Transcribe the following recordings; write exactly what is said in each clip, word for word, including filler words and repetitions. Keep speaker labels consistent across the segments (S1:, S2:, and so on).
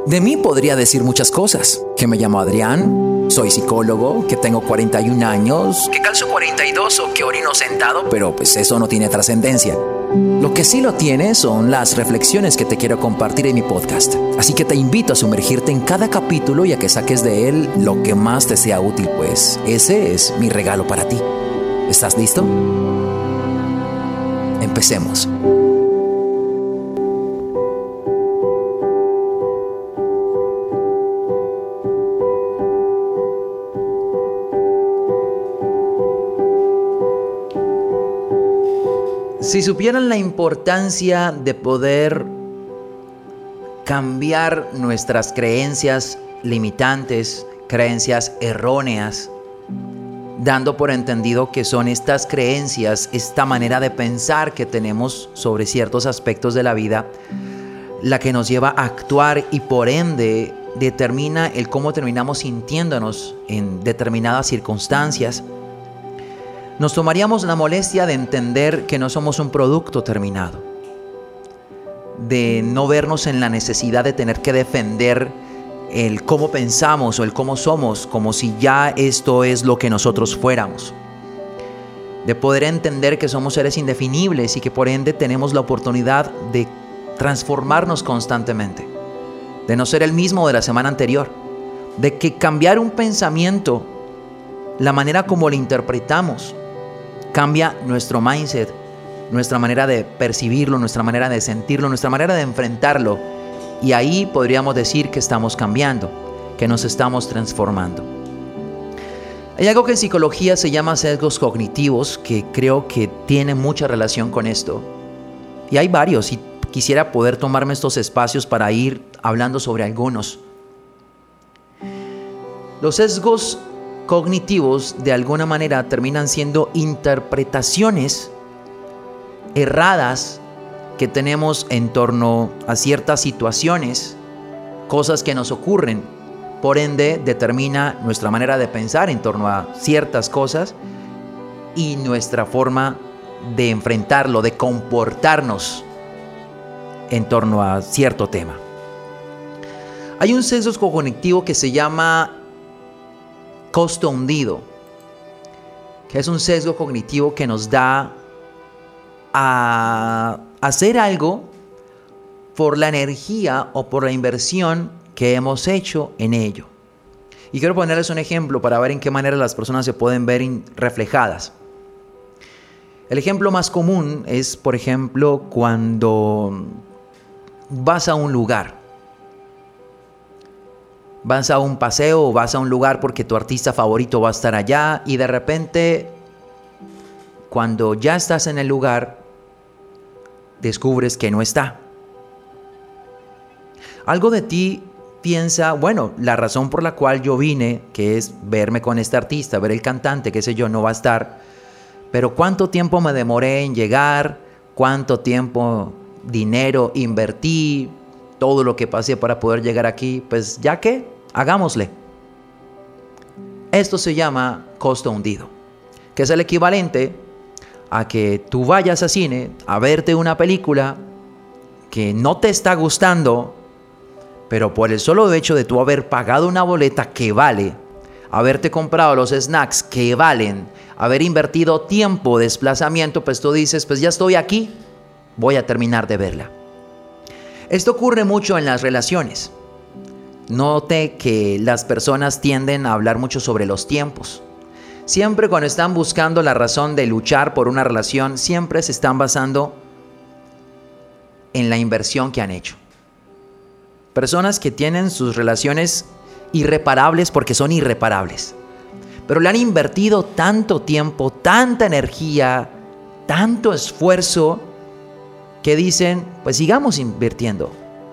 S1: De mí podría decir muchas cosas, que me llamo Adrián, soy psicólogo, que tengo cuarenta y un años, que calzo cuarenta y dos o que orino sentado, pero pues eso no tiene trascendencia. Lo que sí lo tiene son las reflexiones que te quiero compartir en mi podcast. Así que te invito a sumergirte en cada capítulo y a que saques de él lo que más te sea útil, pues ese es mi regalo para ti. ¿Estás listo? Empecemos. Si supieran la importancia de poder cambiar nuestras creencias limitantes, creencias erróneas, dando por entendido que son estas creencias, esta manera de pensar que tenemos sobre ciertos aspectos de la vida, la que nos lleva a actuar y por ende determina el cómo terminamos sintiéndonos en determinadas circunstancias, nos tomaríamos la molestia de entender que no somos un producto terminado, de no vernos en la necesidad de tener que defender el cómo pensamos o el cómo somos, como si ya esto es lo que nosotros fuéramos, de poder entender que somos seres indefinibles y que por ende tenemos la oportunidad de transformarnos constantemente, de no ser el mismo de la semana anterior, de que cambiar un pensamiento, la manera como lo interpretamos, cambia nuestro mindset, nuestra manera de percibirlo, nuestra manera de sentirlo, nuestra manera de enfrentarlo. Y ahí podríamos decir que estamos cambiando, que nos estamos transformando. Hay algo que en psicología se llama sesgos cognitivos, que creo que tiene mucha relación con esto. Y hay varios, y quisiera poder tomarme estos espacios para ir hablando sobre algunos. Los sesgos cognitivos de alguna manera terminan siendo interpretaciones erradas que tenemos en torno a ciertas situaciones, cosas que nos ocurren. Por ende, determina nuestra manera de pensar en torno a ciertas cosas y nuestra forma de enfrentarlo, de comportarnos en torno a cierto tema. Hay un sesgo cognitivo que se llama costo hundido, que es un sesgo cognitivo que nos da a hacer algo por la energía o por la inversión que hemos hecho en ello. Y quiero ponerles un ejemplo para ver en qué manera las personas se pueden ver reflejadas. El ejemplo más común es, por ejemplo, cuando vas a un lugar. Vas a un paseo o vas a un lugar porque tu artista favorito va a estar allá y de repente, cuando ya estás en el lugar, descubres que no está. Algo de ti piensa, bueno, la razón por la cual yo vine, que es verme con este artista, ver el cantante, qué sé yo, no va a estar. Pero ¿cuánto tiempo me demoré en llegar? ¿Cuánto tiempo, dinero invertí? Todo lo que pasé para poder llegar aquí, pues ya que, hagámosle. Esto se llama costo hundido, que es el equivalente a que tú vayas a cine a verte una película que no te está gustando, pero por el solo hecho de tú haber pagado una boleta que vale, haberte comprado los snacks que valen, haber invertido tiempo, desplazamiento, pues tú dices, pues ya estoy aquí, voy a terminar de verla. Esto ocurre mucho en las relaciones. Note que las personas tienden a hablar mucho sobre los tiempos. Siempre cuando están buscando la razón de luchar por una relación, siempre se están basando en la inversión que han hecho. Personas que tienen sus relaciones irreparables porque son irreparables, pero le han invertido tanto tiempo, tanta energía, tanto esfuerzo, que dicen, pues sigamos invirtiendo.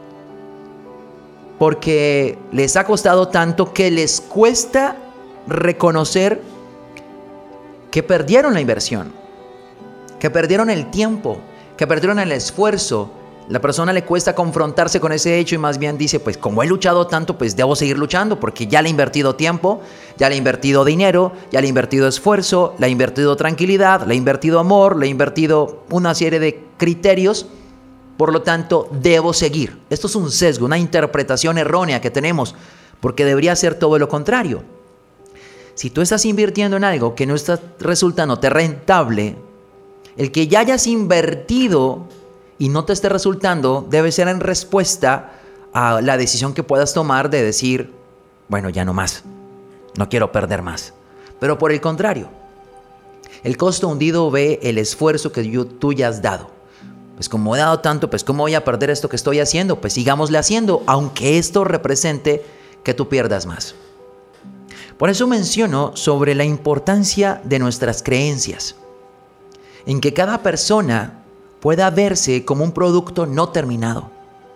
S1: Porque les ha costado tanto que les cuesta reconocer que perdieron la inversión, que perdieron el tiempo, que perdieron el esfuerzo. La persona le cuesta confrontarse con ese hecho y más bien dice, pues como he luchado tanto, pues debo seguir luchando porque ya le he invertido tiempo, ya le he invertido dinero, ya le he invertido esfuerzo, le he invertido tranquilidad, le he invertido amor, le he invertido una serie de criterios por lo tanto debo seguir. Esto es un sesgo, una interpretación errónea que tenemos, porque debería ser todo lo contrario. Si tú estás invirtiendo en algo que no está resultándote rentable, el que ya hayas invertido y no te esté resultando debe ser en respuesta a la decisión que puedas tomar de decir, bueno, ya no más, no quiero perder más. Pero por el contrario, el costo hundido ve el esfuerzo que yo, tú ya has dado. Pues como he dado tanto, pues ¿cómo voy a perder esto que estoy haciendo? Pues sigámosle haciendo, aunque esto represente que tú pierdas más. Por eso menciono sobre la importancia de nuestras creencias, en que cada persona pueda verse como un producto no terminado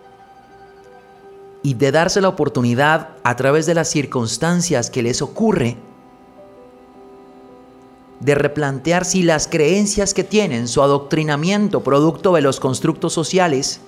S1: y de darse la oportunidad a través de las circunstancias que les ocurre de replantear si las creencias que tienen, su adoctrinamiento producto de los constructos sociales,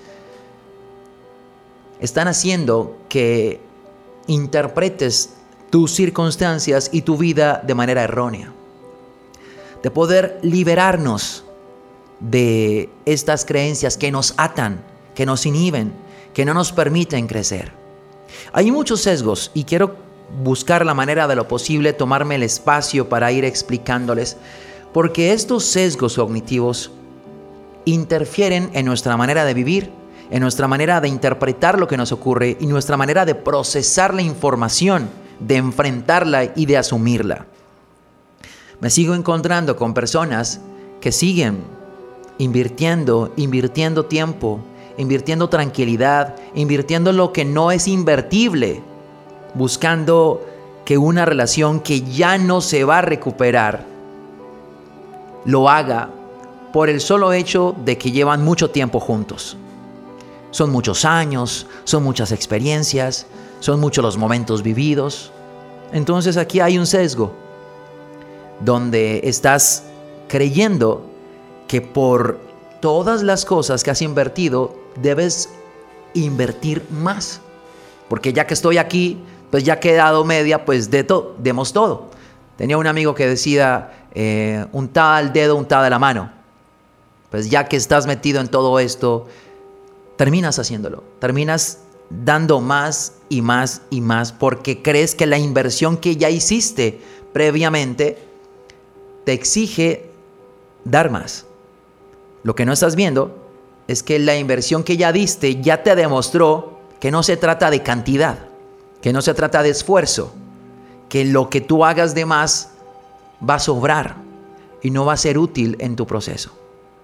S1: están haciendo que interpretes tus circunstancias y tu vida de manera errónea. De poder liberarnos de estas creencias que nos atan, que nos inhiben, que no nos permiten crecer. Hay muchos sesgos y quiero buscar la manera de lo posible, tomarme el espacio para ir explicándoles, porque estos sesgos cognitivos interfieren en nuestra manera de vivir, en nuestra manera de interpretar lo que nos ocurre y nuestra manera de procesar la información, de enfrentarla y de asumirla. Me sigo encontrando con personas que siguen invirtiendo, invirtiendo tiempo, invirtiendo tranquilidad, invirtiendo lo que no es invertible, buscando que una relación que ya no se va a recuperar lo haga por el solo hecho de que llevan mucho tiempo juntos. Son muchos años, son muchas experiencias, son muchos los momentos vividos. Entonces aquí hay un sesgo donde estás creyendo que por todas las cosas que has invertido debes invertir más. Porque ya que estoy aquí, pues ya que he dado media, pues de todo, demos todo. Tenía un amigo que decía, eh, untada al dedo, untada la mano. Pues ya que estás metido en todo esto, terminas haciéndolo. Terminas dando más y más y más porque crees que la inversión que ya hiciste previamente te exige dar más. Lo que no estás viendo es que la inversión que ya diste ya te demostró que no se trata de cantidad, que no se trata de esfuerzo, que lo que tú hagas de más va a sobrar y no va a ser útil en tu proceso.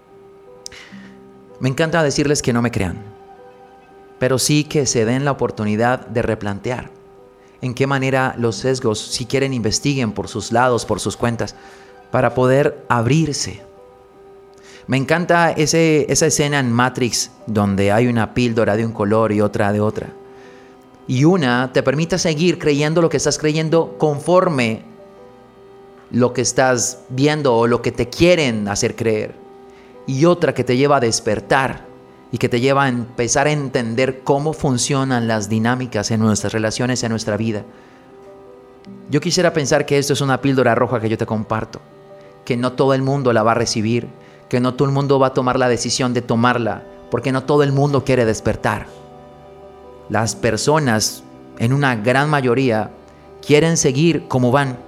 S1: Me encanta decirles que no me crean, pero sí que se den la oportunidad de replantear en qué manera los sesgos, si quieren, investiguen por sus lados, por sus cuentas, para poder abrirse. Me encanta ese, esa escena en Matrix donde hay una píldora de un color y otra de otra. Y una te permite seguir creyendo lo que estás creyendo conforme lo que estás viendo o lo que te quieren hacer creer. Y otra que te lleva a despertar y que te lleva a empezar a entender cómo funcionan las dinámicas en nuestras relaciones, en nuestra vida. Yo quisiera pensar que esto es una píldora roja que yo te comparto, que no todo el mundo la va a recibir, que no todo el mundo va a tomar la decisión de tomarla, porque no todo el mundo quiere despertar. Las personas, en una gran mayoría, quieren seguir como van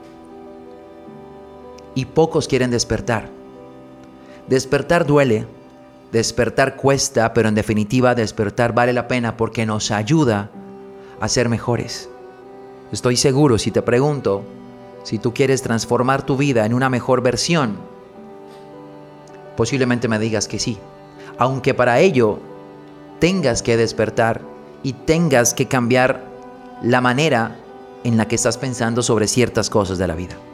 S1: y pocos quieren despertar. Despertar duele, despertar cuesta, pero en definitiva despertar vale la pena porque nos ayuda a ser mejores. Estoy seguro, si te pregunto, si tú quieres transformar tu vida en una mejor versión, posiblemente me digas que sí, aunque para ello tengas que despertar y tengas que cambiar la manera en la que estás pensando sobre ciertas cosas de la vida.